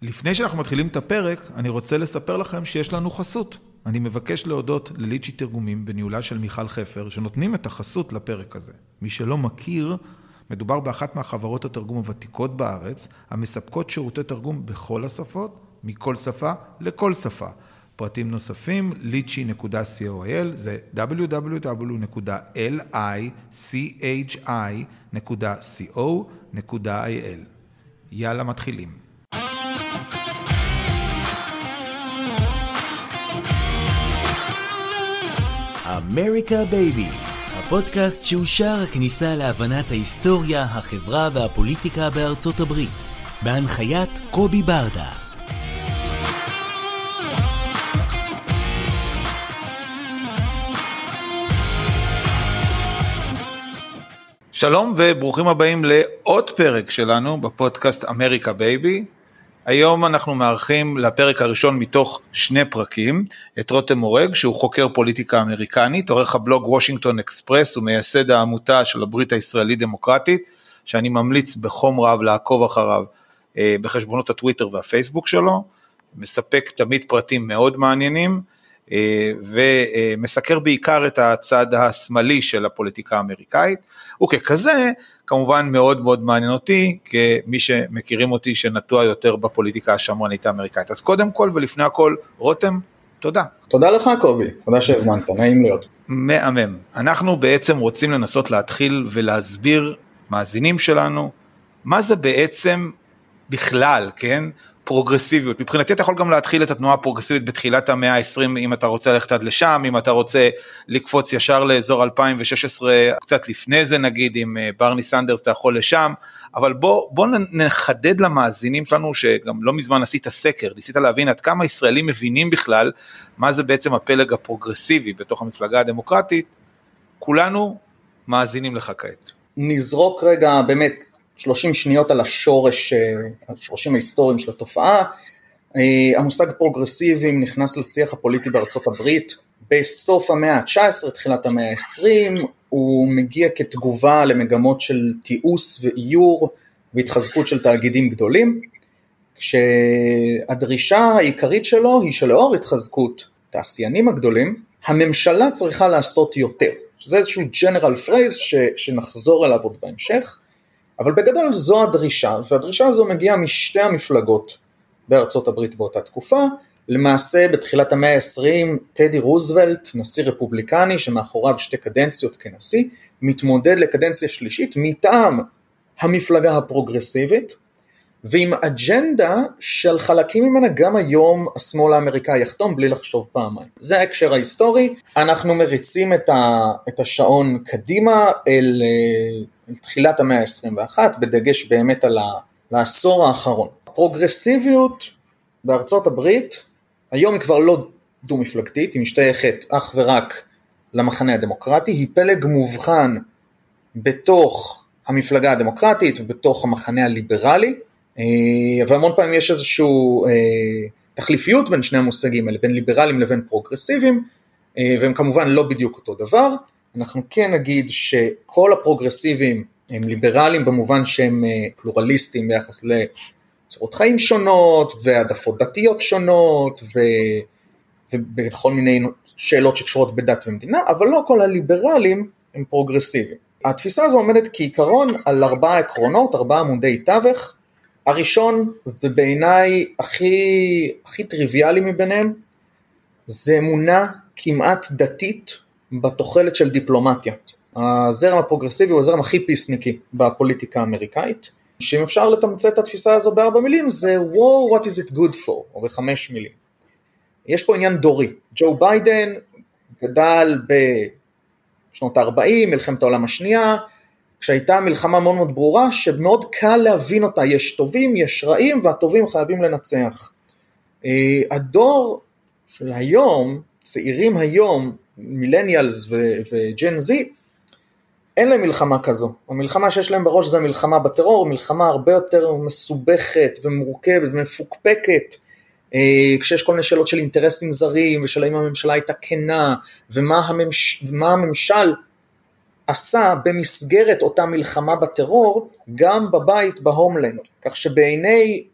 לפני שאנחנו מתחילים את הפרק, אני רוצה לספר לכם שיש לנו חסות. אני מבקש להודות לליצ'י תרגומים בניהולה של מיכל חפר, שנותנים את החסות לפרק הזה. מי שלא מכיר, מדובר באחת מהחברות התרגום הוותיקות בארץ, המספקות שירותי תרגום בכל השפות, מכל שפה לכל שפה. פרטים נוספים, litchi.co.il, זה www.lichi.co.il. יאללה, מתחילים. אמריקה בייבי, הפודקאסט שהוא שער הכניסה להבנת ההיסטוריה, החברה והפוליטיקה בארצות הברית, בהנחיית קובי ברדה. שלום וברוכים הבאים לעוד פרק שלנו בפודקאסט אמריקה בייבי. היום אנחנו מארחים לפרק הראשון מתוך 2 פרקים, את רותם מורג, שהוא חוקר פוליטיקה אמריקנית, עורך הבלוג וושינגטון אקספרס, ומייסד העמותה של הברית הישראלית דמוקרטית, שאני ממליץ בחום רב לעקוב אחריו בחשבונות הטוויטר והפייסבוק שלו, מספק תמיד פרטים מאוד מעניינים, ומסקר בעיקר את הצד השמאלי של הפוליטיקה האמריקאית, וככזה כמובן מאוד מאוד מעניין אותי, כמי שמכירים אותי שנטוע יותר בפוליטיקה השמרנית האמריקאית. אז קודם כל ולפני הכל, רותם, תודה. תודה לך קובי, תודה שהזמנת, נעים להיות. מהמם. אנחנו בעצם רוצים לנסות להתחיל ולהסביר מאזינים שלנו, מה זה בעצם בכלל, כן? פרוגרסיביות. מבחינתי אתה יכול גם להתחיל את התנועה הפרוגרסיבית בתחילת המאה ה-20, אם אתה רוצה ללכת עד לשם, אם אתה רוצה לקפוץ ישר לאזור 2016, קצת לפני זה נגיד, עם ברני סנדרס אתה יכול לשם, אבל בוא נחדד למאזינים שלנו, שגם לא מזמן עשית סקר, ניסית להבין עד כמה ישראלים מבינים בכלל, מה זה בעצם הפלג הפרוגרסיבי בתוך המפלגה הדמוקרטית, כולנו מאזינים לך כעת. נזרוק רגע באמת, 30 שניות על השורש, 30 ההיסטוריים של התופעה. המושג פרוגרסיביים נכנס לשיח הפוליטי בארצות הברית, בסוף המאה ה-19, תחילת המאה ה-20, הוא מגיע כתגובה למגמות של תיעוש ואיור, והתחזקות של תאגידים גדולים, כשהדרישה העיקרית שלו היא שלאור התחזקות תעשיינים הגדולים, הממשלה צריכה לעשות יותר. זה איזשהו general phrase שנחזור אליו עוד בהמשך, אבל בגדול זו הדרישה, והדרישה הזו מגיעה משתי המפלגות בארצות הברית באותה תקופה, למעשה בתחילת המאה ה-20, טדי רוזוולט, נשיא רפובליקני שמאחוריו 2 קדנציות כנשיא, מתמודד לקדנציה שלישית מטעם המפלגה הפרוגרסיבית, ועם אג'נדה של חלקים ממנה גם היום השמאל האמריקאי יחתום בלי לחשוב פעמיים. זה ההקשר ההיסטורי, אנחנו מריצים את השעון קדימה אל תחילת המאה ה-21, בדגש באמת על העשור האחרון. הפרוגרסיביות בארצות הברית, היום היא כבר לא דו-מפלגתית, היא משתייכת אך ורק למחנה הדמוקרטי, היא פלג מובחן בתוך המפלגה הדמוקרטית ובתוך המחנה הליברלי, והמון פעמים יש איזשהו תחליפיות בין שני המושגים האלה, בין ליברלים לבין פרוגרסיביים, והם כמובן לא בדיוק אותו דבר. אנחנו כן נגיד שכל הפרוגרסיביים הם ליברליים במובן שהם פלורליסטים ביחס לצורות חיים שונות והעדפות דתיות שונות ובכל מיני שאלות שקשורות בדת ומדינה, אבל לא כל הליברלים הם פרוגרסיביים. התפיסה הזו עומדת כעיקרון על 4 עקרונות, 4 עמודי תווך. הראשון ובעיניי הכי טריוויאלי מביניהם, זה אמונה כמעט דתית בתוחלת של דיפלומטיה. הזרם הפרוגרסיבי הוא הזרם הכי פיסניקי בפוליטיקה האמריקאית, שאם אפשר לתמצת את התפיסה הזו ב4 מילים, זה war, what is it good for, או ב5 מילים. יש פה עניין דורי. ג'ו ביידן גדל בשנות ה-40, מלחמת העולם השנייה, כשהייתה מלחמה מאוד מאוד ברורה, שמאוד קל להבין אותה, יש טובים, יש רעים, והטובים חייבים לנצח. הדור של היום, צעירים היום, מילניאלס וג'ן זי, אין להם מלחמה כזו. המלחמה שיש להם בראש זה המלחמה בטרור, מלחמה הרבה יותר מסובכת ומורכבת ומפוקפקת, כשיש כל מיני שאלות של אינטרסים זרים, ושל האם הממשלה הייתה כנה, ומה הממשל עשה במסגרת אותה מלחמה בטרור, גם בבית, בהומלנד. כך שבעיני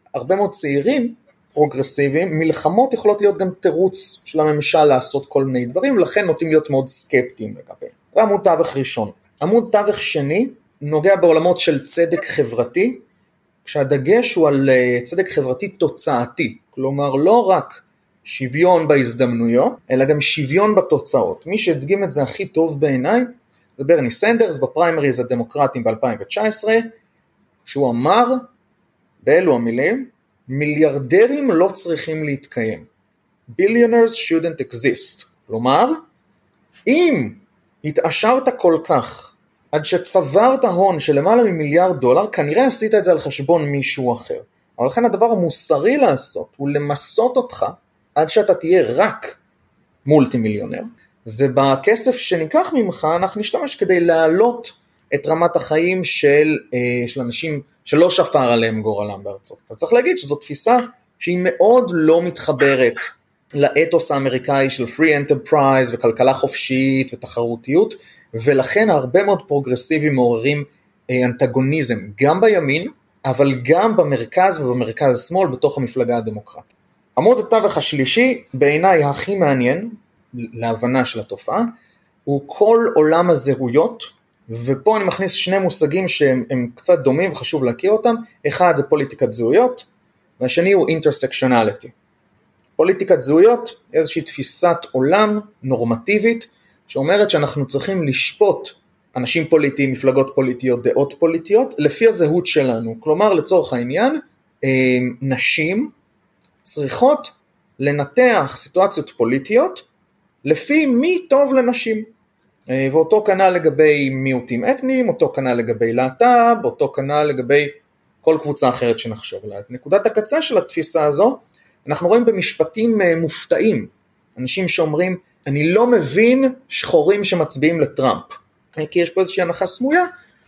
הרבה מאוד צעירים פרוגרסיביים, מלחמות יכולות להיות גם תירוץ של הממשל לעשות כל מיני דברים, ולכן נוטים להיות מאוד סקפטיים לגבי. זה עמוד תווך ראשון. עמוד תווך שני נוגע בעולמות של צדק חברתי, כשהדגש הוא על צדק חברתי תוצאתי, כלומר לא רק שוויון בהזדמנויות, אלא גם שוויון בתוצאות. מי שהדגים את זה הכי טוב בעיניי, זה ברני סנדרס בפריימריז הדמוקרטיים ב-2019, שהוא אמר, באלו המילים, מיליארדרים לא צריכים להתקיים. Billionaires shouldn't exist. כלומר, אם התעשרת כל כך, עד שצברת הון של למעלה ממיליארד דולר, כנראה עשית את זה על חשבון מישהו אחר. אבל לכן הדבר המוסרי לעשות, הוא למסות אותך, עד שאתה תהיה רק מולטי מיליונר, ובכסף שניקח ממך, אנחנו נשתמש כדי להעלות את רמת החיים של אנשים שלא שפר עליהם גורלם בארצות. אתה צריך להגיד שזו תפיסה שהיא מאוד לא מתחברת לאתוס האמריקאי של free enterprise וכלכלה חופשית ותחרותיות, ולכן הרבה מאוד פרוגרסיבים מעוררים אנטגוניזם, גם בימין, אבל גם במרכז ובמרכז שמאל בתוך המפלגה הדמוקרטית. עמוד התווך השלישי, בעיניי הכי מעניין להבנה של התופעה, הוא כל עולם הזהויות, ופה אני מכניס שני מושגים שהם קצת דומים וחשוב להכיר אותם, אחד זה פוליטיקת זהויות, והשני הוא intersectionality. פוליטיקת זהויות, איזושהי תפיסת עולם נורמטיבית, שאומרת שאנחנו צריכים לשפוט אנשים פוליטיים, מפלגות פוליטיות, דעות פוליטיות, לפי הזהות שלנו. כלומר, לצורך העניין, נשים צריכות לנתח סיטואציות פוליטיות, לפי מי טוב לנשים. ואותו כנ"ל לגבי מיעוטים אתניים, אותו כנ"ל לגבי להט"ב, אותו כנ"ל לגבי כל קבוצה אחרת שנחשוב עליה. נקודת הקצה של התפיסה הזו, אנחנו רואים במשפטים מופתעים, אנשים שאומרים, אני לא מבין שחורים שמצביעים לטראמפ, כי יש פה איזושהי הנחה סמויה,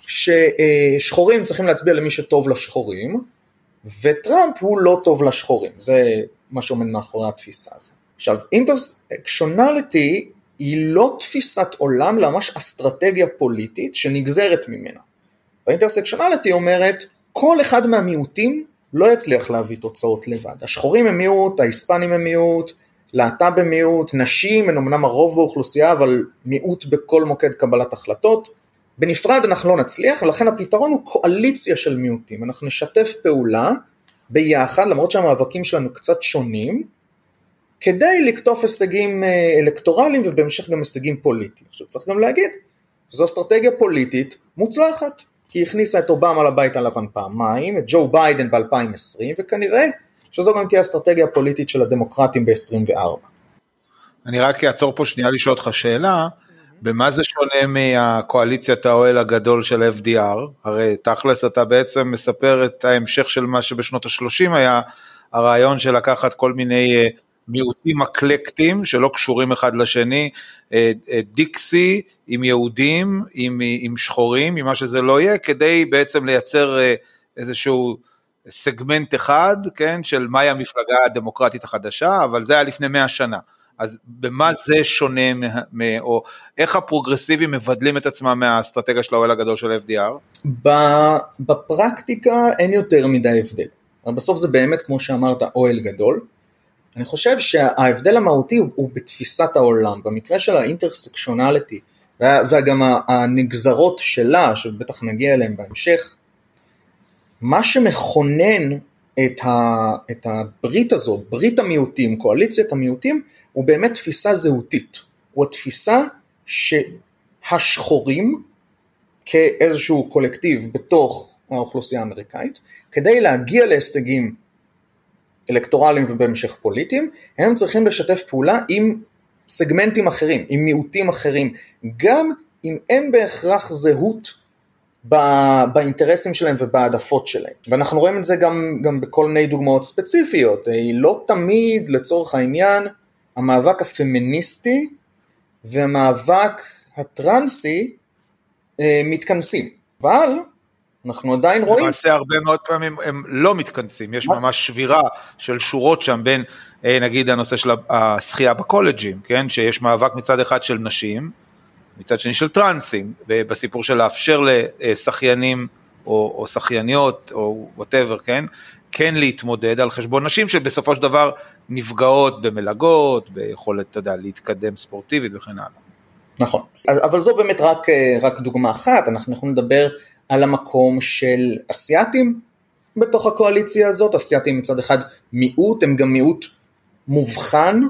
ששחורים צריכים להצביע למי שטוב לשחורים, וטראמפ הוא לא טוב לשחורים, זה מה שעומד מאחורי התפיסה הזו. עכשיו, intersectionality היא לא תפיסת עולם, אלא ממש אסטרטגיה פוליטית שנגזרת ממנה. והאינטרסקשונליטי אומרת, כל אחד מהמיעוטים לא יצליח להביא תוצאות לבד. השחורים הם מיעוט, ההיספנים הם מיעוט, להט"ב הם מיעוט, נשים הן אמנם הרוב באוכלוסייה, אבל מיעוט בכל מוקד קבלת החלטות. בנפרד אנחנו לא נצליח, ולכן הפתרון הוא קואליציה של מיעוטים. אנחנו נשתף פעולה ביחד, למרות שהמאבקים שלנו קצת שונים, כדי לקטוף הישגים אלקטורליים ובהמשך גם הישגים פוליטיים. עכשיו צריך גם להגיד, זו אסטרטגיה פוליטית מוצלחת, כי היא הכניסה את אובמה לבית הלבן פעמיים, את ג'ו ביידן ב-2020, וכנראה שזו גם תהיה אסטרטגיה פוליטית של הדמוקרטים ב-24. אני רק אעצור פה שנייה לשאול אותך שאלה, במה זה שונה מהקואליציית האוהל הגדול של FDR? הרי תכלס אתה בעצם מספר את ההמשך של מה שבשנות ה-30 היה, הרעיון של לקחת כל מיני מיעוטים אקלקטיים שלא קשורים אחד לשני, דיקסי עם יהודים, עם שחורים, עם מה שזה לא יהיה, כדי בעצם לייצר איזשהו סגמנט אחד, כן, של מהי המפלגה הדמוקרטית החדשה, אבל זה היה לפני 100 שנה. אז במה זה שונה, או איך הפרוגרסיבים מבדלים את עצמם מהאסטרטגיה של האוהל הגדול של FDR? בפרקטיקה אין יותר מדי הבדל. אבל בסוף זה באמת, כמו שאמרת, אוהל גדול. אני חושב שההבדל המהותי הוא בתפיסת העולם. במקרה של האינטרסקשונליטי, וגם הנגזרות שלה, שבטח נגיע אליהם בהמשך, מה שמכונן את הברית הזאת, ברית המיעוטים, קואליציית המיעוטים, הוא באמת תפיסה זהותית. הוא התפיסה שהשחורים, כאיזשהו קולקטיב בתוך האוכלוסייה האמריקאית, כדי להגיע להישגים אלקטורליים ובהמשך פוליטיים, הם צריכים לשתף פעולה עם סגמנטים אחרים, עם מיעוטים אחרים, גם אם אין בהכרח זהות באינטרסים שלהם ובעדפות שלהם. ואנחנו רואים את זה גם בכל מיני דוגמאות ספציפיות, לא תמיד לצורך העניין, המאבק הפמיניסטי והמאבק הטרנסי מתכנסים, אבל אנחנו עדיין רואים. למעשה הרבה מאוד פעמים הם לא מתכנסים, יש ממש שבירה של שורות שם בין, נגיד הנושא של השחייה בקולג'ים, כן? שיש מאבק מצד אחד של נשים, מצד שני של טרנסים, בסיפור של לאפשר לשחיינים או שחייניות או whatever, כן? כן להתמודד על חשבון נשים שבסופו של דבר נפגעות במלגות, ביכולת, אתה יודע, להתקדם ספורטיבית וכן הלאה. נכון, אבל זו באמת רק דוגמה אחת, אנחנו יכולים לדבר על המקום של אסיאטים בתוך הקואליציה הזאת, אסיאטים מצד אחד מיעוט, הם גם מיעוט מובחן,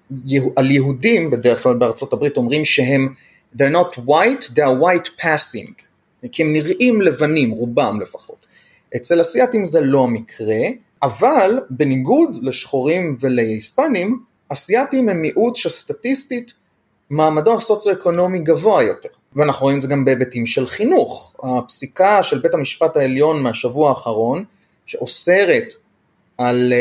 על יהודים בדרך כלל בארצות הברית אומרים שהם, they're not white, they are white passing, כי הם נראים לבנים, רובם לפחות. אצל אסיאטים זה לא המקרה, אבל בניגוד לשחורים ולהיספנים, אסיאטים הם מיעוט שסטטיסטית מעמדו הסוציו-אקונומי גבוה יותר. ואנחנו רואים את זה גם בהיבטים של חינוך. הפסיקה של בית המשפט העליון מהשבוע האחרון, שאוסרת על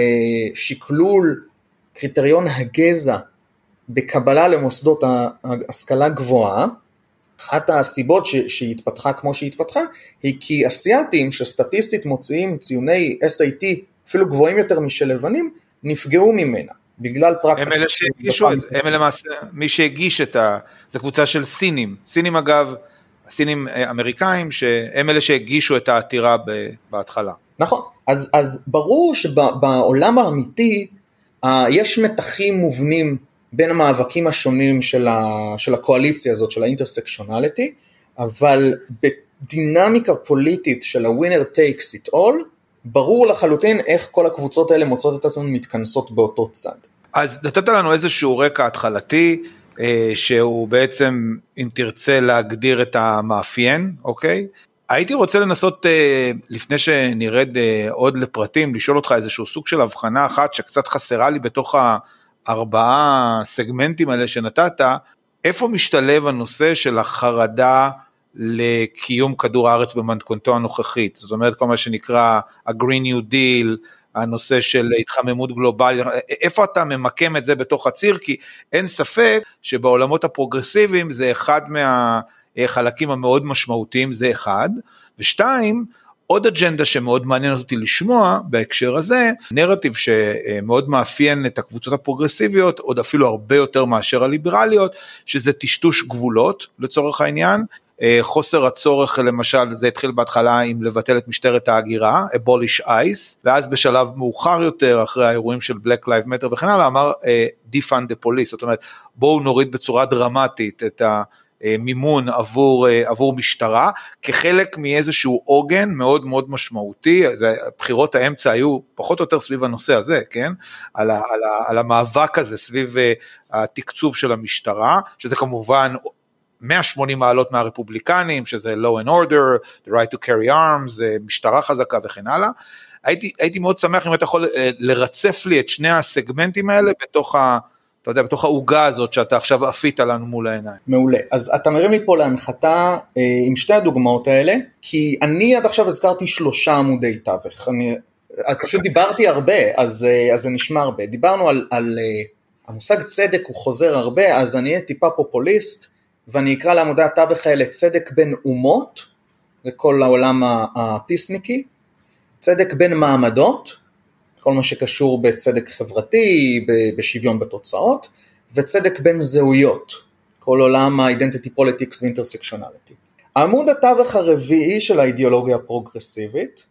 שקלול קריטריון הגזע בקבלה למוסדות ההשכלה גבוהה, אחת הסיבות שהתפתחה כמו שהתפתחה, היא כי אסיאטים שסטטיסטית מוציאים ציוני SAT אפילו גבוהים יותר משל לבנים, נפגעו ממנה, בגלל פרקטיקה. הם אלה שהגישו את זה, הם למעשה, מי שהגיש זה קבוצה של סינים, סינים אגב, סינים אמריקאים, שהם אלה שהגישו את העתירה בהתחלה. נכון, אז ברור שבעולם האמיתי, יש מתחים מובנים, בין המאבקים השונים של הקואליציה הזאת, של האינטרסקשונליטי, אבל בדינמיקה פוליטית של ה-winner takes it all, ברור לחלוטין איך כל הקבוצות האלה מוצאות את עצמן מתכנסות באותו צד. אז נתת לנו איזשהו רקע התחלתי, שהוא בעצם, אם תרצה להגדיר את המאפיין, אוקיי? הייתי רוצה לנסות, לפני שנרד עוד לפרטים, לשאול אותך איזשהו סוג של הבחנה אחת, שקצת חסרה לי בתוך 4 סגמנטים האלה שנתת, איפה משתלב הנושא של החרדה לקיום כדור הארץ במתכונתו הנוכחית? זאת אומרת, כל מה שנקרא ה-Green New Deal, הנושא של התחממות גלובלית, איפה אתה ממקם את זה בתוך הציר? כי אין ספק שבעולמות הפרוגרסיביים זה אחד מהחלקים המאוד משמעותיים, זה אחד, ושתיים, עוד אג'נדה שמאוד מעניין אותי לשמוע בהקשר הזה, נרטיב שמאוד מאפיין את הקבוצות הפרוגרסיביות, עוד אפילו הרבה יותר מאשר הליברליות, שזה טשטוש גבולות לצורך העניין, חוסר הצורך למשל, זה התחיל בהתחלה עם לבטל את משטרת ההגירה, abolish ICE, ואז בשלב מאוחר יותר, אחרי האירועים של Black Lives Matter וכן הלאה, אמר defund the police, זאת אומרת, בואו נוריד בצורה דרמטית את מימון עבור משטרה, כחלק מאיזשהו עוגן מאוד מאוד משמעותי, בחירות האמצע היו פחות או יותר סביב הנושא הזה, כן? על המאבק הזה, סביב התקצוב של המשטרה, שזה כמובן 180 מעלות מהרפובליקנים, שזה law and order, the right to carry arms, משטרה חזקה וכן הלאה. הייתי מאוד שמח אם אתה יכול לרצף לי את שני הסגמנטים האלה בתוך אתה יודע, בתוך העוגה הזאת שאתה עכשיו אפית לנו מול העיניים. מעולה. אז אתה מרים לי פה להנחתה עם שתי הדוגמאות האלה, כי אני עד עכשיו הזכרתי 3 עמודי תווך. פשוט דיברתי הרבה, אז זה נשמע הרבה. דיברנו על המושג צדק, הוא חוזר הרבה, אז אני אהיה טיפה פופוליסט, ואני אקרא לעמודי התווך האלה צדק בין אומות, זה כל העולם הפיסניקי, צדק בין מעמדות, כל מה שקשור בצדק חברתי, בשוויון בתוצאות, וצדק בין זהויות, כל עולם ה-identity politics ו-intersectionality. העמוד התווך הרביעי של האידיאולוגיה הפרוגרסיבית,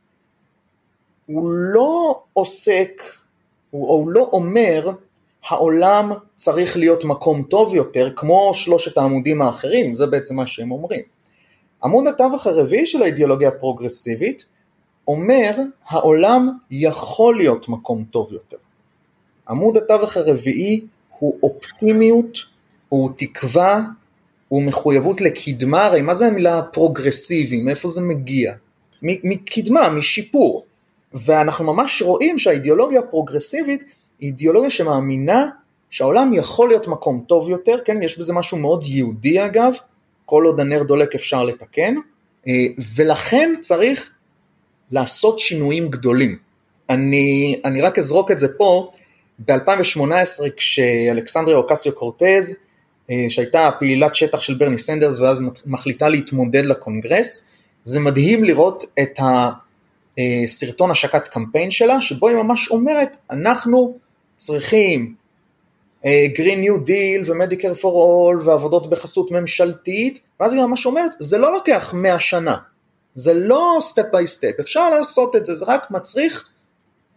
הוא לא עוסק, הוא לא אומר, העולם צריך להיות מקום טוב יותר, כמו 3 העמודים האחרים, זה בעצם מה שהם אומרים. עמוד התווך הרביעי של האידיאולוגיה הפרוגרסיבית, אומר, העולם יכול להיות מקום טוב יותר. עמוד התווך הרביעי הוא אופטימיות, הוא תקווה, הוא מחויבות לקדמה, הרי מה זה המילה פרוגרסיבי, מאיפה זה מגיע? מקדמה, משיפור. ואנחנו ממש רואים שהאידיאולוגיה הפרוגרסיבית, היא אידיאולוגיה שמאמינה שהעולם יכול להיות מקום טוב יותר, כן, יש בזה משהו מאוד יהודי אגב, כל עוד הנר דולק אפשר לתקן, ולכן צריך לעשות שינויים גדולים. אני רק אזרוק את זה פה, ב-2018 כשאלכסנדריה אוקסיו קורטז, שהייתה פעילת שטח של ברני סנדרס, ואז מחליטה להתמודד לקונגרס, זה מדהים לראות את הסרטון השקת קמפיין שלה, שבו היא ממש אומרת, אנחנו צריכים Green New Deal ו-Medicare for All, ועבודות בחסות ממשלתית, ואז היא ממש אומרת, זה לא לוקח 100 שנה, זה לא step by step, אפשר לעשות את זה, זה רק מצריך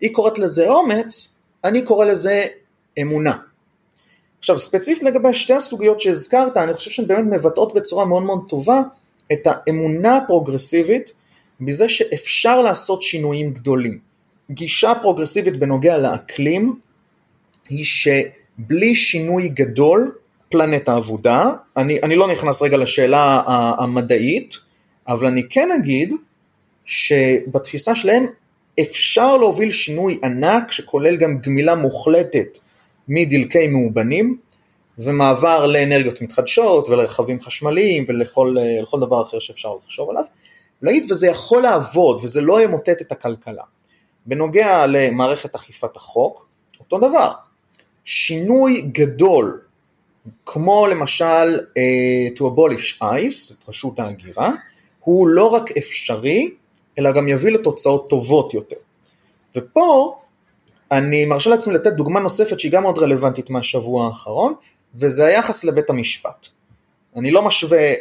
היא קוראת לזה אומץ, אני קורא לזה אמונה. עכשיו, ספציפית לגבי שתי הסוגיות שהזכרת, אני חושב שהן באמת מבטאות בצורה מאוד מאוד טובה את האמונה הפרוגרסיבית, בזה שאפשר לעשות שינויים גדולים. גישה פרוגרסיבית בנוגע לאקלים, היא שבלי שינוי גדול, פלנטה אבודה, אני לא נכנס רגע לשאלה המדעית, אבל אני כן אגיד, שבתפיסה שלהם, אפשר להוביל שינוי ענק, שכולל גם גמילה מוחלטת, מדלקי מאובנים, ומעבר לאנרגיות מתחדשות, ולרכבים חשמליים, ולכל דבר אחר שאפשר לחשוב עליו, להגיד, וזה יכול לעבוד, וזה לא ימוטט את הכלכלה. בנוגע למערכת אכיפת החוק, אותו דבר, שינוי גדול, כמו למשל, to abolish ICE, את רשות ההגירה, הוא לא רק אפשרי, אלא גם יביא לתוצאות טובות יותר. ופה, אני מרשה לעצמי לתת דוגמה נוספת שהיא גם מאוד רלוונטית מהשבוע האחרון, וזה היחס לבית המשפט. אני לא משווה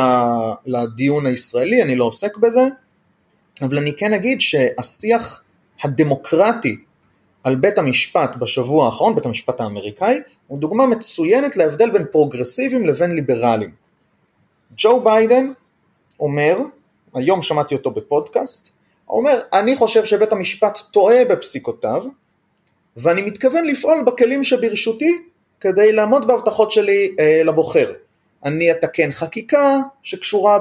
לדיון הישראלי, אני לא עוסק בזה, אבל אני כן אגיד שהשיח הדמוקרטי על בית המשפט בשבוע האחרון, בית המשפט האמריקאי, הוא דוגמה מצוינת להבדל בין פרוגרסיביים לבין ליברליים. ג'ו ביידן אומר, היום שמעתי אותו בפודקאסט, הוא אומר, אני חושב שבית המשפט טועה בפסיקותיו, ואני מתכוון לפעול בכלים שברשותי, כדי לעמוד בהבטחות שלי לבוחר. אני אתקן חקיקה שקשורה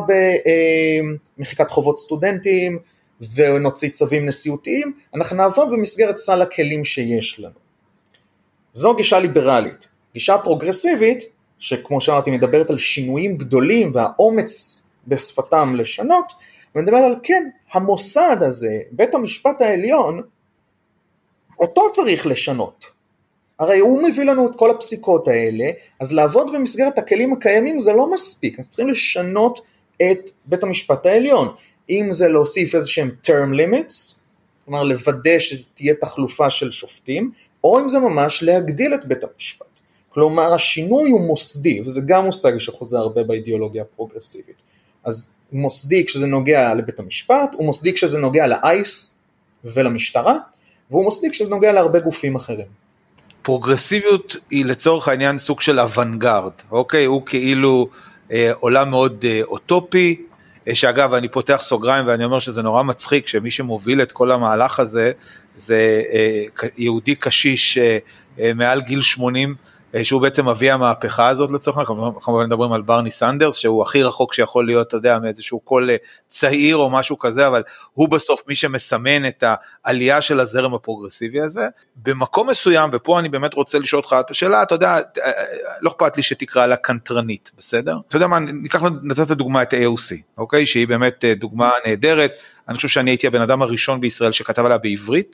במחיקת חובות סטודנטים, ונוציא צווים נשיאותיים, אנחנו נעבוד במסגרת סל הכלים שיש לנו. זו גישה ליברלית. גישה פרוגרסיבית, שכמו שאמרתי מדברת על שינויים גדולים, והאומץ בשפתם לשנות, ומדבר על כן, המוסד הזה, בית המשפט העליון, אותו צריך לשנות. הרי הוא מביא לנו את כל הפסיקות האלה, אז לעבוד במסגרת הכלים הקיימים זה לא מספיק, אנחנו צריכים לשנות את בית המשפט העליון, אם זה להוסיף איזשהם term limits, כלומר לוודא שתהיה תחלופה של שופטים, או אם זה ממש להגדיל את בית המשפט. כלומר השינוי הוא מוסדי, וזה גם מושג שחוזר הרבה באידיאולוגיה הפרוגרסיבית. אז מוסדי כשזה נוגע לבית המשפט, הוא מוסדי כשזה נוגע לאייס ולמשטרה, והוא מוסדי כשזה נוגע להרבה גופים אחרים. פרוגרסיביות היא לצורך העניין סוג של אוונגרד, אוקיי? הוא כאילו עולם מאוד אוטופי, שאגב אני פותח סוגריים ואני אומר שזה נורא מצחיק, שמי שמוביל את כל המהלך הזה, זה יהודי קשיש מעל גיל 80, שהוא בעצם מביא המהפכה הזאת לצורך, כמובן מדברים על ברני סנדרס, שהוא הכי רחוק שיכול להיות, אתה יודע, מאיזשהו קול צעיר או משהו כזה, אבל הוא בסוף מי שמסמן את העלייה של הזרם הפרוגרסיבי הזה, במקום מסוים, ופה אני באמת רוצה לשאול אותך את השאלה, אתה יודע, לא אכפת לי שתקרא לה קנטרנית, בסדר? אתה יודע מה, ניקח נתת דוגמה את AOC, אוקיי? שהיא באמת דוגמה נהדרת, אני חושב שאני הייתי הבן אדם הראשון בישראל שכתב עליה בעברית,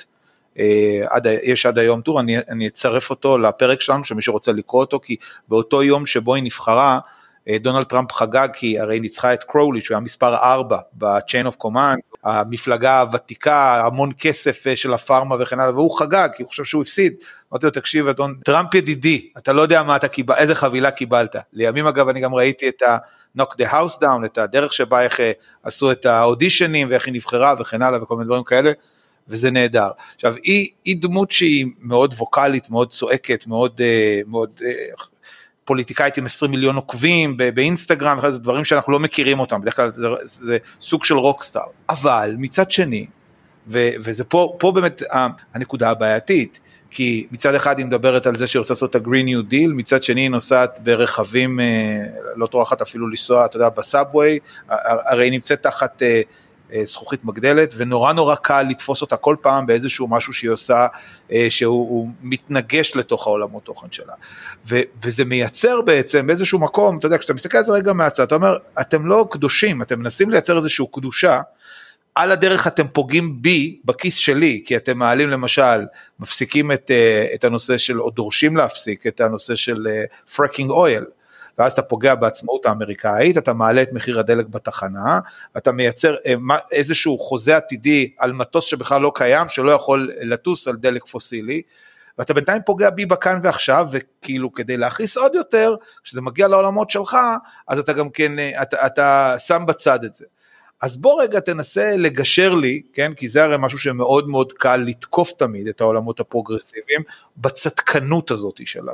יש עד היום טור, אני אצרף אותו לפרק שלנו, שמי שרוצה לקרוא אותו, כי באותו יום שבו היא נבחרה, דונלד טראמפ חגג, כי הרי ניצחה את קרולי, שהוא היה מספר 4 ב-Chain of Command, המפלגה הוותיקה, המון כסף של הפארמה וכן הלאה, והוא חגג, כי הוא חושב שהוא הפסיד, אמרתי לו, תקשיב, אדון, טראמפ ידידי, אתה לא יודע מה אתה קיבלת, איזה חבילה קיבלת, לימים אגב אני גם ראיתי את ה-Knock the House Down, את הדרך שבה איך עשו את האודישנים, ואיך היא נבחרה וכן הלאה, וכל מיני דברים כאלה, וזה נהדר. עכשיו, היא דמות שהיא מאוד ווקלית, מאוד צועקת, מאוד פוליטיקאית עם 20 מיליון עוקבים באינסטגרם, זה דברים שאנחנו לא מכירים אותם, בדרך כלל זה סוג של רוקסטאר. אבל מצד שני, וזה פה באמת הנקודה הבעייתית, כי מצד אחד היא מדברת על זה שהיא רוצה לעשות את ה-Green New Deal, מצד שני היא נוסעת ברכבים, לא טורחת אפילו לנסוע, אתה יודע, בסאבווי, הרי היא נמצאת תחת זכוכית מגדלת, ונורא נורא קל לתפוס אותה כל פעם באיזשהו משהו שהיא עושה, שהוא מתנגש לתוך העולמות תוכן שלה. וזה מייצר בעצם באיזשהו מקום, אתה יודע, כשאתה מסתכל על זה רגע מהצד, אתה אומר, אתם לא קדושים, אתם מנסים לייצר איזשהו קדושה, על הדרך אתם פוגעים בי, בכיס שלי, כי אתם מעלים למשל, מפסיקים את הנושא של, או דורשים להפסיק את הנושא של fracking oil, ואז אתה פוגע בעצמאות האמריקאית, אתה מעלה את מחיר הדלק בתחנה, ואתה מייצר איזשהו חוזה עתידי על מטוס שבכלל לא קיים, שלא יכול לטוס על דלק פוסילי, ואתה בינתיים פוגע בי בכאן ועכשיו, וכאילו כדי להכניס עוד יותר, כשזה מגיע לעולמות שלך, אז אתה גם כן, אתה שם בצד את זה. אז בוא רגע תנסה לגשר לי, כן? כי זה הרי משהו שמאוד מאוד קל לתקוף תמיד את העולמות הפרוגרסיביים, בצדקנות הזאת שלה,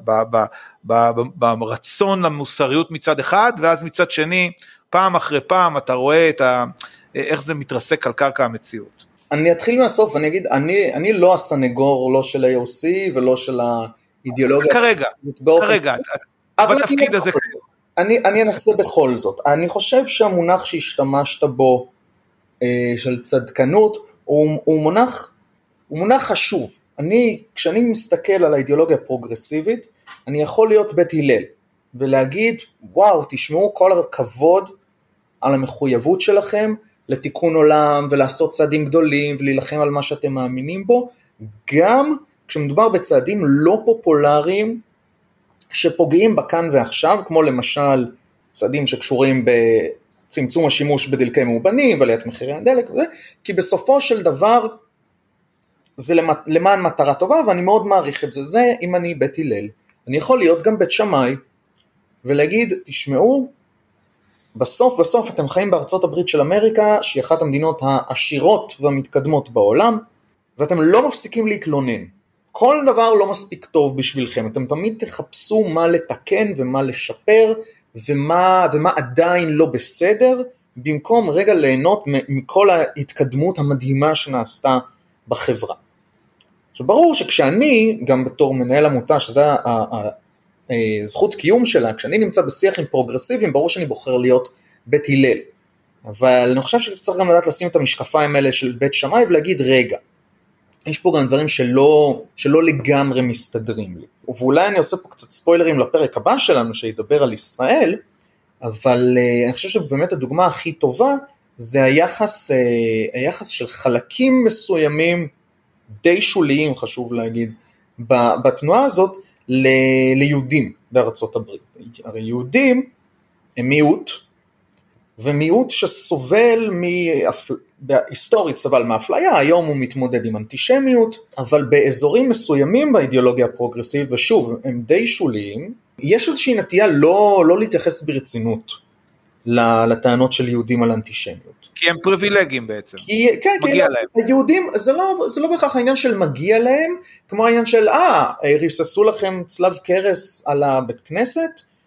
ברצון למוסריות מצד אחד, ואז מצד שני, פעם אחרי פעם אתה רואה איך זה מתרסק על קרקע המציאות. אני אתחיל מהסוף, ואני אגיד, אני לא הסנגור, לא של AOC ולא של האידיאולוגיה. כרגע, בתפקיד הזה. אני אנסה בכל זאת. אני חושב שהמונח שהשתמשת בו של צדקנות הוא מונח חשוב. כשאני מסתכל על האידיאולוגיה הפרוגרסיבית, אני יכול להיות בית הלל ולהגיד, וואו, תשמעו כל הכבוד על המחויבות שלכם לתיקון עולם ולעשות צעדים גדולים ולהילחם על מה שאתם מאמינים בו, גם כשמדובר בצעדים לא פופולריים שפוגעים בכאן ועכשיו, כמו למשל צעדים שקשורים בצמצום השימוש בדלקי מאובנים ועליית מחירי הדלק וזה, כי בסופו של דבר זה למען מטרה טובה, ואני מאוד מעריך את זה. זה אם אני בית הלל, אני יכול להיות גם בית שמאי ולהגיד, תשמעו, בסוף אתם חיים בארצות הברית של אמריקה, שהיא אחת המדינות העשירות והמתקדמות בעולם, ואתם לא מפסיקים להתלונן. כל דבר לא מספיק טוב בשבילכם, אתם תמיד תחפשו מה לתקן ומה לשפר, ומה עדיין לא בסדר, במקום רגע ליהנות מכל ההתקדמות המדהימה שנעשתה בחברה. עכשיו ברור שכשאני, גם בתור מנהל עמותה, שזה זכות קיום שלה, כשאני נמצא בשיח עם פרוגרסיביים, ברור שאני בוחר להיות בית הלל. אבל אני חושב שצריך גם לדעת לשים את המשקפיים האלה של בית שמאי, ולהגיד רגע, יש פה גם דברים שלא לגמרי מסתדרים לי. ואולי אני עושה פה קצת ספוילרים לפרק הבא שלנו, שידבר על ישראל, אבל אני חושב שבאמת הדוגמה הכי טובה, זה היחס של חלקים מסוימים, די שוליים, חשוב להגיד, בתנועה הזאת, ליהודים בארצות הברית. הרי יהודים הם מיעוט, ומיעוט שסובל בהיסטורית סבל מאפליה, היום הוא מתמודד עם אנטישמיות, אבל באזורים מסוימים באידיאולוגיה הפרוגרסיבית, ושוב, הם די שוליים, יש איזושהי נטייה לא להתייחס ברצינות לטענות של יהודים על אנטישמיות. כי הם פריבילגיים בעצם. כן, מגיע להם. היהודים, זה לא בהכרח העניין של מגיע להם, כמו העניין של, ריססו לכם צלב קרס על הבית כנסת,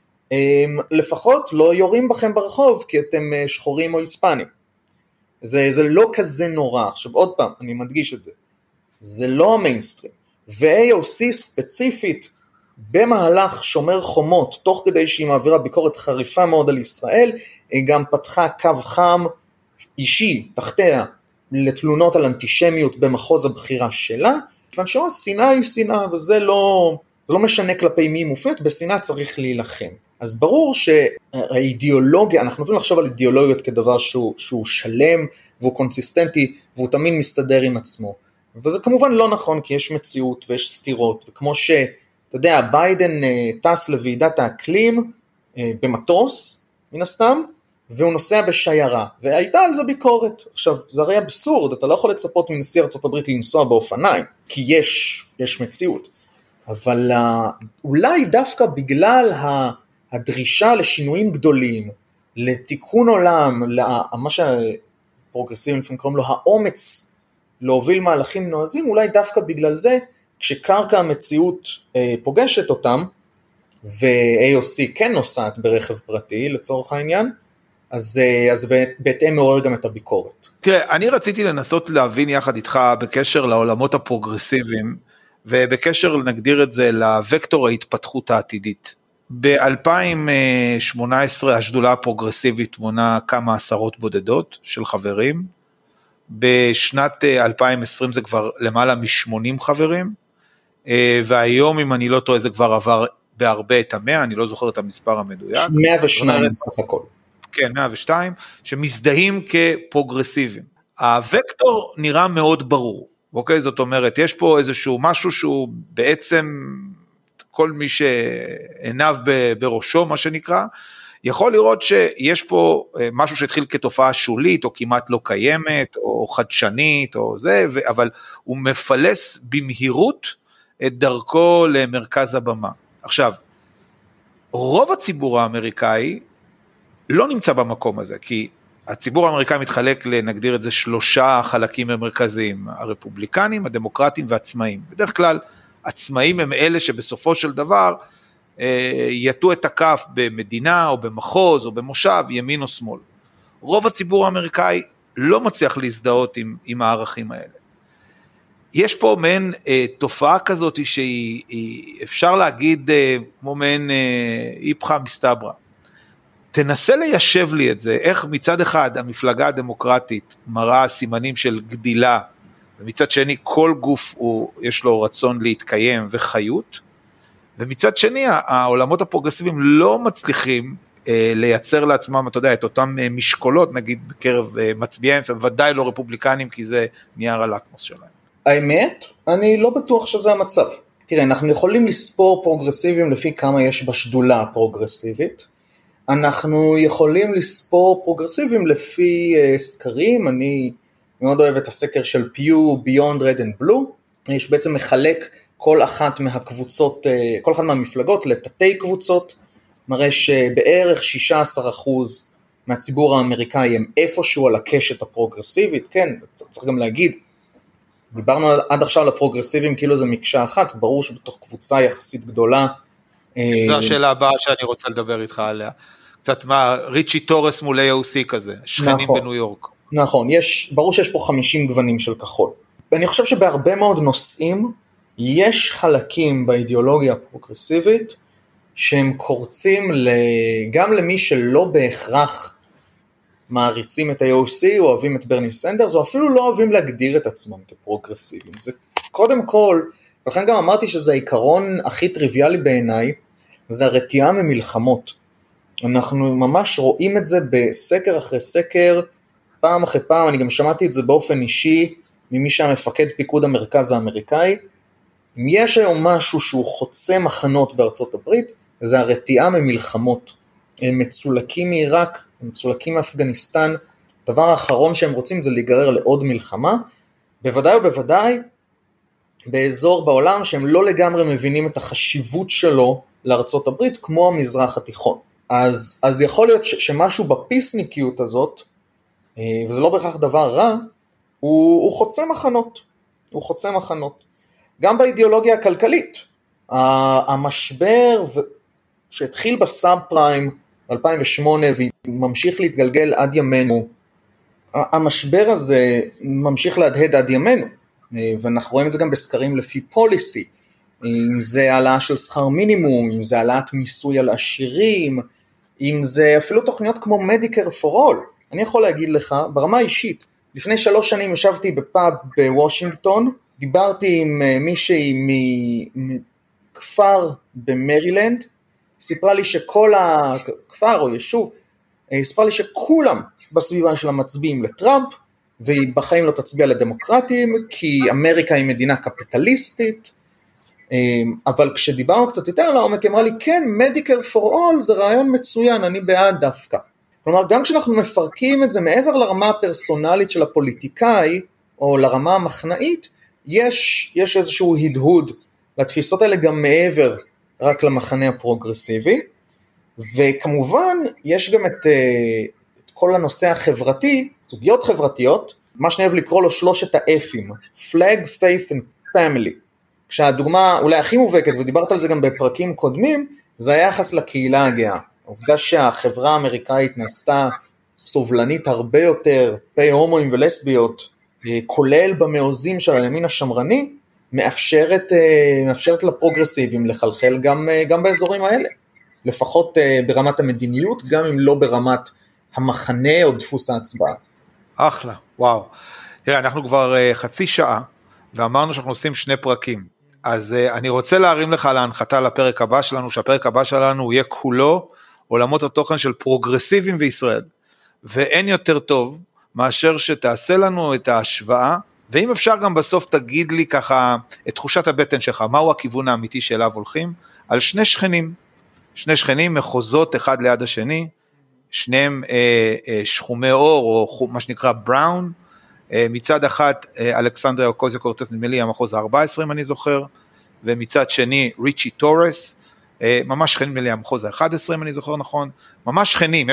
לפחות לא יורים בכם ברחוב, כי אתם שחורים או היספנים. זה לא כזה נורא. עכשיו עוד פעם, אני מדגיש את זה. זה לא המיינסטרים. ו-AOC ספציפית, במהלך שומר חומות, תוך כדי שהיא מעבירה ביקורת חריפה מאוד על ישראל, היא גם פתחה קו חם אישי, תחתיה, לתלונות על אנטישמיות במחוז הבחירה שלה, כיוון שנאה היא שנאה, וזה לא משנה כלפי מי מופנית, בשנאה צריך להילחם. אז ברור שהאידיאולוגיה, אנחנו יכולים לחשוב על אידיאולוגיות כדבר שהוא שלם, והוא קונסיסטנטי, והוא תמיד מסתדר עם עצמו. וזה כמובן לא נכון, כי יש מציאות ויש סתירות, וכמו אתה יודע, ביידן טס לוועידת האקלים במטוס, מן הסתם, והוא נוסע בשיירה, והייתה על זה ביקורת. עכשיו, זה הרי אבסורד, אתה לא יכול לצפות מנשיא ארצות הברית לנסוע באופניים, כי יש מציאות. אבל אולי דווקא בגלל הדרישה לשינויים גדולים, לתיקון עולם, מה שהפרוגרסיבים לפעמים קוראים לו האומץ, להוביל מהלכים נועזים, אולי דווקא בגלל זה, כשקרקע המציאות פוגשת אותם, ו-AOC כן נוסעת ברכב פרטי לצורך העניין, אז בהתאם מעורר גם את הביקורת. תראה, אני רציתי לנסות להבין יחד איתך בקשר לעולמות הפרוגרסיביים, ובקשר נגדיר את זה לווקטור ההתפתחות העתידית. ב-2018 השדולה הפרוגרסיבית מונה כמה עשרות בודדות של חברים, בשנת 2020 זה כבר למעלה מ-80 חברים, והיום אם אני לא טועה זה כבר עבר בהרבה את 100, אני לא זוכר את המספר המדויק. 102 בסך הכל. כן, 102, שמזדהים כפרוגרסיביים. הוקטור נראה מאוד ברור, אוקיי? זאת אומרת, יש פה איזשהו משהו שהוא בעצם, כל מי שעיניו בראשו, מה שנקרא, יכול לראות שיש פה משהו שהתחיל כתופעה שולית, או כמעט לא קיימת, או חדשנית, או זה, אבל הוא מפלס במהירות את דרכו למרכז הבמה. עכשיו, רוב הציבור האמריקאי לא נמצא במקום הזה, כי הציבור האמריקאי מתחלק, נגדיר את זה, 3 חלקים מרכזיים, הרפובליקנים, הדמוקרטים והעצמאים. בדרך כלל, עצמאים הם אלה שבסופו של דבר, יטו את הכף במדינה או במחוז או במושב, ימין או שמאל. רוב הציבור האמריקאי לא מצליח להזדהות עם הערכים האלה. יש פה מעין תופעה כזאת שהיא אפשר להגיד כמו מעין איפכא מסתברא. תנסה ליישב לי את זה, איך מצד אחד המפלגה הדמוקרטית מראה סימנים של גדילה, ומצד שני כל גוף יש לו רצון להתקיים וחיות, ומצד שני העולמות הפרוגרסיביים לא מצליחים לייצר לעצמם, אתה יודע, את אותם משקולות, נגיד בקרב מצביעים, ודאי לא רפובליקנים, כי זה נייר הלקמוס שלהם. האמת, אני לא בטוח שזה המצב. תראה, אנחנו יכולים לספור פרוגרסיביים לפי כמה יש בשדולה הפרוגרסיבית, אנחנו יכולים לספור פרוגרסיביים לפי סקרים, אני מאוד אוהב את הסקר של פיו, Beyond Red and Blue, שבעצם מחלק כל אחת מהקבוצות, כל אחת מהמפלגות לתתי קבוצות, מראה שבערך 16% מהציבור האמריקאי הם איפשהו על הקשת הפרוגרסיבית, כן, צריך גם להגיד, דיברנו עד עכשיו על הפרוגרסיביים כאילו זה מקשה אחת, ברור שבתוך קבוצה יחסית גדולה. זו השאלה הבאה שאני רוצה לדבר איתך עליה, קצת מה, ריצ'י טורס מול AOC כזה, שכנים בניו יורק. נכון, ברור שיש פה 50 גוונים של כחול, ואני חושב שבהרבה מאוד נושאים, יש חלקים באידיאולוגיה הפרוגרסיבית, שהם קורצים גם למי שלא בהכרח מעריצים את ה-AOC, או אוהבים את ברני סנדרס, או אפילו לא אוהבים להגדיר את עצמם כפרוגרסיביים. זה קודם כל, ולכן גם אמרתי שזה העיקרון הכי טריוויאלי בעיניי, זה הרתיעה ממלחמות. אנחנו ממש רואים את זה בסקר אחרי סקר, פעם אחרי פעם, אני גם שמעתי את זה באופן אישי, ממי שהמפקד פיקוד המרכז האמריקאי, אם יש היום משהו שהוא חוצה מחנות בארצות הברית, זה הרתיעה ממלחמות. הם מצולקים מעיראק, הם מצולקים מאפגניסטן, הדבר האחרון שהם רוצים זה להיגרר לעוד מלחמה, בוודאי ובוודאי, באזור בעולם שהם לא לגמרי מבינים את החשיבות שלו לארצות הברית, כמו המזרח התיכון. אז יכול להיות שמשהו בפיסניקיות הזאת, וזה לא בהכרח דבר רע, הוא חוצה מחנות. הוא חוצה מחנות. גם באידיאולוגיה הכלכלית, המשבר שהתחיל בסאב פריים 2008 וממשיך להתגלגל עד ימינו, המשבר הזה ממשיך להדהד עד ימינו, ואנחנו רואים את זה גם בסקרים לפי פוליסי, אם זה העלאה של שכר מינימום, אם זה העלאת מיסוי על עשירים, אם זה אפילו תוכניות כמו Medicare for All. אני יכול להגיד לך, ברמה אישית, לפני 3 שנים ישבתי בפאב בוושינגטון, דיברתי עם מישהי מכפר במרילנד, סיפרה לי שכל הכפר או יישוב, סיפרה לי שכולם בסביבה שלה מצביעים לטראמפ, והיא בחיים לא תצביע לדמוקרטים, כי אמריקה היא מדינה קפיטליסטית, אבל כשדיברנו קצת יותר לעומק, היא אמרה לי, כן, Medicare for All זה רעיון מצוין, אני בעד דווקא. כלומר, גם כשאנחנו מפרקים את זה מעבר לרמה הפרסונלית של הפוליטיקאי, או לרמה המחנאית, יש איזשהו הדהוד לתפיסות האלה גם מעבר רק למחנה הפרוגרסיבי, וכמובן יש גם את כל הנושא החברתי, סוגיות חברתיות, מה שאני אוהב לקרוא לו 3 ה-F'ים, Flag, Faith and Family, כשהדוגמה אולי הכי מובהקת, ודיברת על זה גם בפרקים קודמים, זה היחס לקהילה הגאה, העובדה שהחברה האמריקאית נעשתה סובלנית הרבה יותר, פי הומואים ולסביות, כולל במעוזים של הימין השמרני, מאפשרת לפרוגרסיבים לחלחל גם באזורים האלה, לפחות ברמת המדיניות, גם אם לא ברמת המחנה או דפוס ההצבעה. אחלה, וואו. תראה, אנחנו כבר חצי שעה, ואמרנו שאנחנו עושים 2 פרקים, אז אני רוצה להרים לך להנחתה לפרק הבא שלנו, שהפרק הבא שלנו יהיה כולו עולמות התוכן של פרוגרסיבים וישראל, ואין יותר טוב מאשר שתעשה לנו את ההשוואה, ואם אפשר גם בסוף תגיד לי ככה את תחושת הבטן שלך, מהו הכיוון האמיתי שאליו הולכים, על 2 שכנים, מחוזות אחד ליד השני, שניהם שחומי אור, או מה שנקרא בראון, מצד אחד אלכסנדריה אוקוזיו קורטס, נדמה לי המחוז ה-14 אם אני זוכר, ומצד שני ריצ'י טורס, ממש שכנים מלאה, המחוז ה-11 אם אני זוכר נכון, ממש שכנים,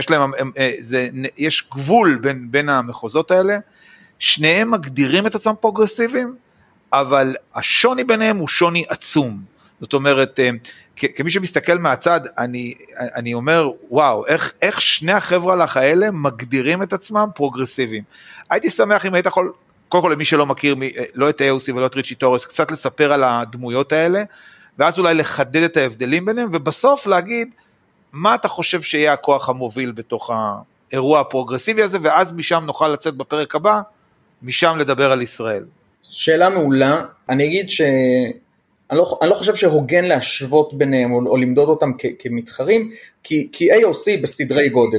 יש גבול בין המחוזות האלה, שניהם מגדירים את עצמם פרוגרסיביים, אבל השוני ביניהם הוא שוני עצום, זאת אומרת, כמי שמסתכל מהצד, אני אומר, וואו, איך שני החבר'ה האלה מגדירים את עצמם פרוגרסיביים. הייתי שמח אם היית יכול, קודם כל למי שלא מכיר, לא את AOC ולא את ריצ'י טורס, קצת לספר על הדמויות האלה, ואז אולי לחדד את ההבדלים ביניהם, ובסוף להגיד, מה אתה חושב שיהיה הכוח המוביל בתוך האירוע הפרוגרסיבי הזה, ואז משם נוכל לצאת בפרק הבא, משם לדבר על ישראל. שאלה מעולה, אני אגיד אני לא חושב שהוגן להשוות ביניהם, או למדוד אותם כמתחרים, כי AOC בסדרי גודל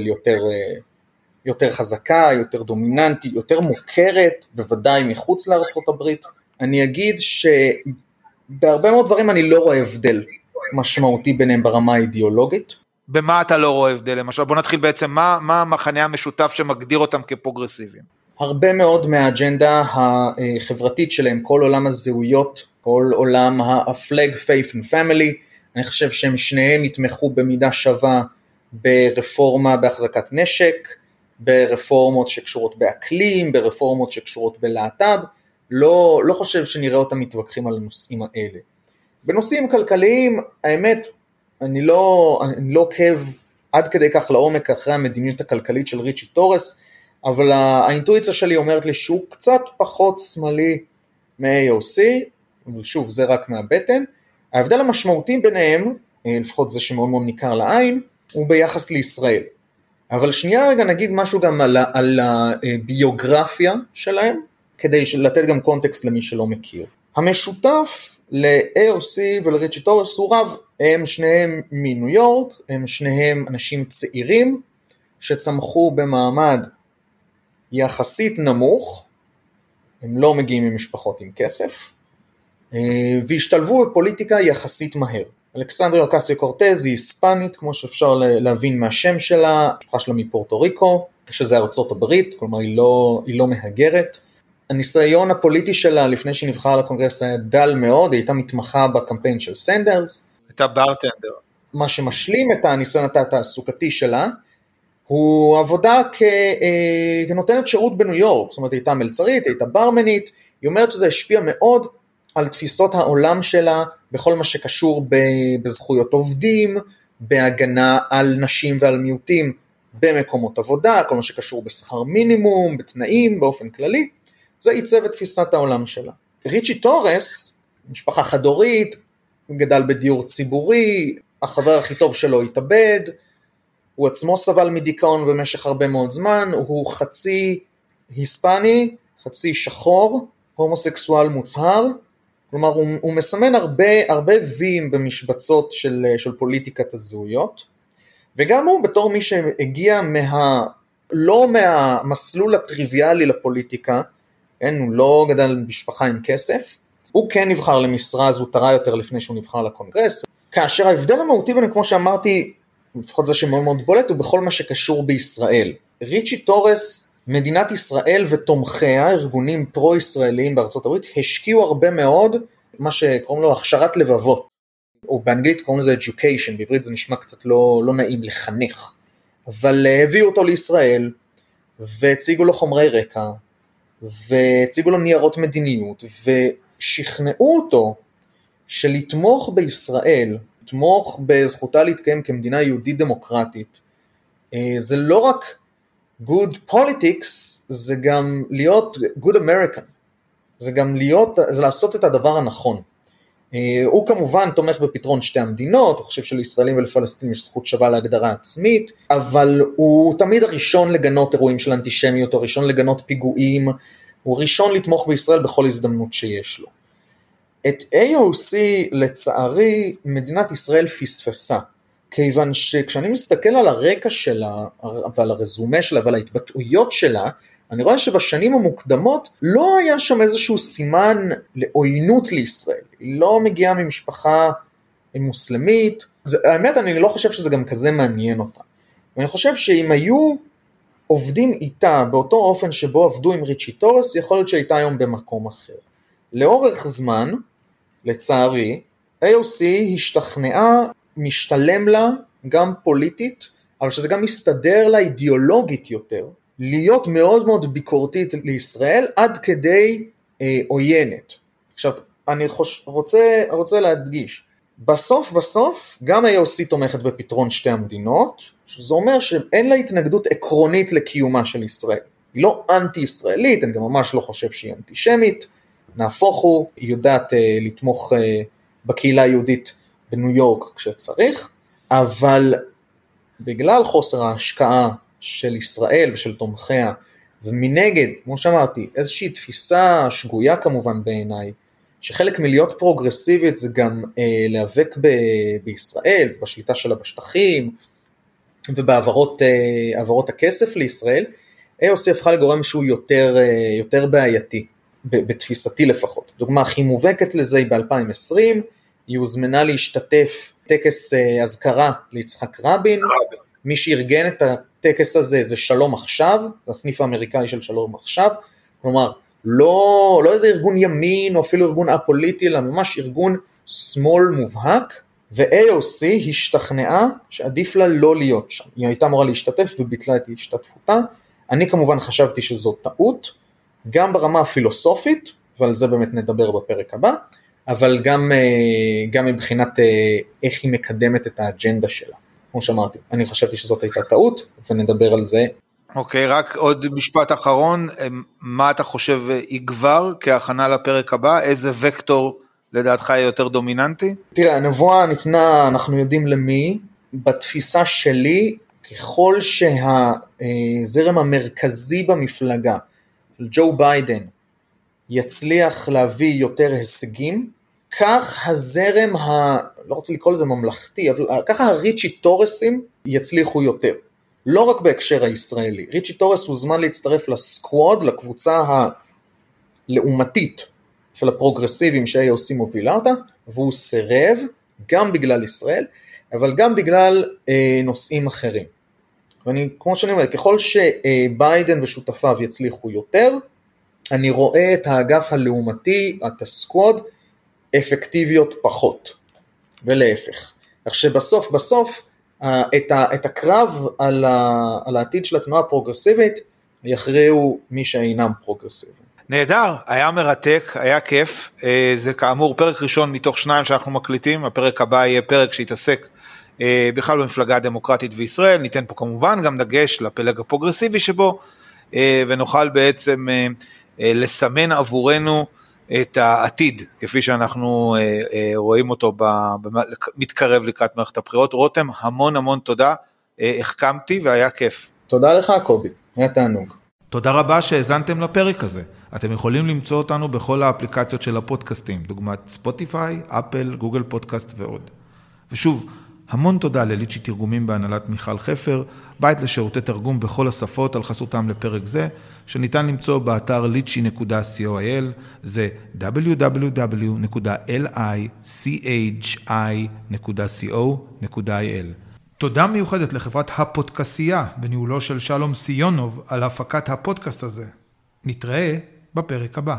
יותר חזקה, יותר דומיננטית, יותר מוכרת, בוודאי מחוץ לארצות הברית. אני אגיד שבהרבה מאוד דברים אני לא רואה הבדל משמעותי ביניהם ברמה האידיאולוגית. במה אתה לא רואה הבדל? למשל, בוא נתחיל בעצם, מה המחנה המשותף שמגדיר אותם כפרוגרסיביים? הרבה מאוד מהאג'נדה החברתית שלהם, כל עולם הזהויות, כל עולם ה-flag, faith and family, אני חושב שהם שניהם יתמכו במידה שווה ברפורמה בהחזקת נשק, ברפורמות שקשורות באקלים, ברפורמות שקשורות בלהט"ב, לא חושב שנראה אותם מתווכחים על הנושאים האלה. בנושאים כלכליים, האמת, אני לא עוקב עד כדי כך לעומק אחרי המדיניות הכלכלית של ריצ'י טורס, אבל האינטואיציה שלי אומרת לי שהוא קצת פחות שמאלי מ-AOC, אבל שוב, זה רק מהבטן. ההבדל המשמעותי ביניהם, לפחות זה שמאוד מאוד ניכר לעין, הוא ביחס לישראל. אבל שנייה רגע נגיד משהו גם על הביוגרפיה שלהם, כדי לתת גם קונטקסט למי שלא מכיר. המשותף ל-AOC ולריצ'י טורס הוא רב, הם שניהם מניו יורק, הם שניהם אנשים צעירים, שצמחו במעמד יחסית נמוך, הם לא מגיעים ממשפחות עם כסף, והשתלבו בפוליטיקה יחסית מהר. אלכסנדריה אוקסיו קורטז היא היספנית, כמו שאפשר להבין מהשם שלה, המשפחה שלה מפורטו ריקו, שזה ארצות הברית, כלומר היא לא מהגרת. הניסיון הפוליטי שלה לפני שהיא נבחרה לקונגרס היה דל מאוד, היא הייתה מתמחה בקמפיין של סנדרס. הייתה ברטנדר. מה שמשלים את הניסיון התעסוקתי שלה, הוא עבודה כנותנת שירות בניו יורק, זאת אומרת היא הייתה מלצרית, הייתה ברמנית, היא אומרת שזה השפיע מאוד על תפיסות העולם שלה, בכל מה שקשור בזכויות עובדים, בהגנה על נשים ועל מיעוטים במקומות עבודה, כל מה שקשור בשכר מינימום, בתנאים באופן כללי, זה ייצב את תפיסת העולם שלה. ריצ'י טורס, משפחה חד-הורית, גדל בדיור ציבורי, החבר הכי טוב שלו התאבד, הוא עצמו סבל מדיכאון במשך הרבה מאוד זמן, הוא חצי היספני, חצי שחור, הומוסקסואל מוצהר, כלומר הוא מסמן הרבה ויים במשבצות של פוליטיקת הזהויות, וגם הוא בתור מי שהגיע לא מהמסלול הטריוויאלי לפוליטיקה, כן, הוא לא גדל במשפחה עם כסף, הוא כן נבחר למשרה זוטרה יותר לפני שהוא נבחר לקונגרס, כאשר ההבדל המהותי ביניהם, כמו שאמרתי, לפחות זה שמאוד מאוד בולט, הוא בכל מה שקשור בישראל. ריצ'י טורס, מדינת ישראל ותומכיה, ארגונים פרו-ישראליים בארצות הברית, השקיעו הרבה מאוד, מה שקוראים לו הכשרת לבבות, או באנגלית קוראים לזה education, בעברית זה נשמע קצת לא נעים לחנך, אבל הביאו אותו לישראל, והציגו לו חומרי רקע, והציגו לו ניירות מדיניות, ושכנעו אותו שלתמוך בישראל, לתמוך בזכותה להתקיים כמדינה יהודית דמוקרטית, זה לא רק good politics, זה גם להיות good American, זה גם זה לעשות את הדבר הנכון. הוא כמובן תומך בפתרון שתי המדינות, הוא חושב שלישראלים ולפלסטינים יש זכות שווה להגדרה עצמית, אבל הוא תמיד הראשון לגנות אירועים של אנטישמיות, הוא הראשון לגנות פיגועים, הוא ראשון לתמוך בישראל בכל הזדמנות שיש לו. את AOC לצערי מדינת ישראל פספסה, כיוון שכשאני מסתכל על הרקע שלה ועל הרזומה שלה ועל ההתבטאויות שלה, אני רואה שבשנים המוקדמות לא היה שם איזשהו סימן לעוינות לישראל, היא לא מגיעה ממשפחה מוסלמית, האמת אני לא חושב שזה גם כזה מעניין אותה, ואני חושב שאם היו עובדים איתה באותו אופן שבו עבדו עם ריצ'י טורס, יכול להיות שהייתה היום במקום אחר. לאורך זמן, לצערי, AOC השתכנעה משתלם לה גם פוליטית, אבל שזה גם מסתדר לה אידיאולוגית יותר, להיות מאוד מאוד ביקורתית לישראל, עד כדי עוינת. עכשיו, אני רוצה להדגיש, בסוף, גם AOC תומכת בפתרון שתי המדינות, שזה אומר שאין לה התנגדות עקרונית לקיומה של ישראל. היא לא אנטי-ישראלית, אני גם ממש לא חושב שהיא אנטישמית, נהפוך הוא, היא יודעת לתמוך בקהילה היהודית בניו יורק כשצריך, אבל בגלל חוסר ההשקעה של ישראל ושל תומכיה, ומנגד, כמו שאמרתי, איזושהי תפיסה שגויה כמובן בעיניי, שחלק מלהיות פרוגרסיבית זה גם להיאבק בישראל, בשליטה שלה בשטחים, ובעברות הכסף לישראל, AOC הפכה לגורם שהוא יותר בעייתי, בתפיסתי לפחות. דוגמה הכי מובהקת לזה היא ב-2020, היא הוזמנה להשתתף טקס הזכרה ליצחק רבין, מי שארגן את הטקס הזה זה שלום עכשיו, זה הסניף האמריקאי של שלום עכשיו, כלומר, לא איזה ארגון ימין או אפילו ארגון א-פוליטי, אלא ממש ארגון שמאל מובהק, ו-AOC השתכנעה שעדיף לה לא להיות שם. היא הייתה אמורה להשתתף וביטלה את השתתפותה. אני כמובן חשבתי שזו טעות, גם ברמה הפילוסופית, ועל זה באמת נדבר בפרק הבא, אבל גם מבחינת איך היא מקדמת את האג'נדה שלה. כמו שאמרתי, אני חשבתי שזאת הייתה טעות, ונדבר על זה. אוקיי, רק עוד משפט אחרון, מה אתה חושב יגבר כהכנה לפרק הבא? איזה וקטור לדעתך יהיה יותר דומיננטי? תראה, הנבואה ניתנה, אנחנו יודעים למי, בתפיסה שלי, ככל שהזרם המרכזי במפלגה, של ג'ו ביידן, יצליח להביא יותר הישגים, כך הזרם, לא רוצה לקרוא לזה ממלכתי, אבל ככה הריצ'י טורסים יצליחו יותר. לא רק בהקשר הישראלי. ריצ'י טורס הוזמן להצטרף לסקוואד, לקבוצה הלאומתית של הפרוגרסיבים ש-AOC מובילה אותה, והוא סירב, גם בגלל ישראל, אבל גם בגלל נושאים אחרים. כמו שאני אומר, ככל שביידן ושותפיו יצליחו יותר, אני רואה את האגף הלאומתי, את הסקוואד, אפקטיביות פחות, ולהפך. כך שבסוף, את הקרב על העתיד של התנועה הפרוגרסיבית, יכריעו מי שאינם פרוגרסיביים. נהדר, היה מרתק, היה כיף, זה כאמור פרק ראשון מתוך 2 שאנחנו מקליטים, הפרק הבא יהיה פרק שיתעסק בכלל במפלגה הדמוקרטית בישראל, ניתן פה כמובן גם דגש לפלג הפרוגרסיבי שבו, ונוכל בעצם לסמן עבורנו את העתיד, כפי שאנחנו רואים אותו מתקרב לקראת מערכת הבחירות. רותם, המון תודה, החכמתי והיה כיף. תודה לך קובי, היה תענוג. תודה רבה שהאזנתם לפרק הזה. אתם יכולים למצוא אותנו בכל האפליקציות של הפודקאסטים, דוגמת ספוטיפיי, אפל, גוגל פודקאסט ועוד. ושוב, המון תודה לליצ'י תרגומים בהנהלת מיכל חפר, בית לשירותי תרגום בכל השפות על חסותם לפרק זה, שניתן למצוא באתר litchi.co.il, זה www.lichi.co.il. תודה מיוחדת לחברת הפודקסייה, בניהולו של שלום סיונוב, על הפקת הפודקאסט הזה. נתראה בפרק הבא.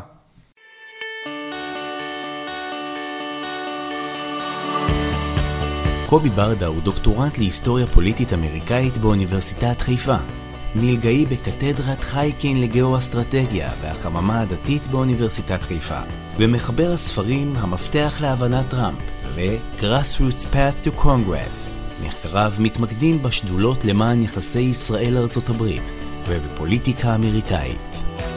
קובי ברדה הוא דוקטורנט להיסטוריה פוליטית אמריקאית באוניברסיטת חיפה. מלגאי בקתדרת חייקין לגאו-אסטרטגיה והחממה הדתית באוניברסיטת חיפה. ומחבר הספרים המפתח להבנת טראמפ ו-Grassroots Path to Congress. מחקריו מתמקדים בשדולות למען יחסי ישראל ארצות הברית ובפוליטיקה אמריקאית.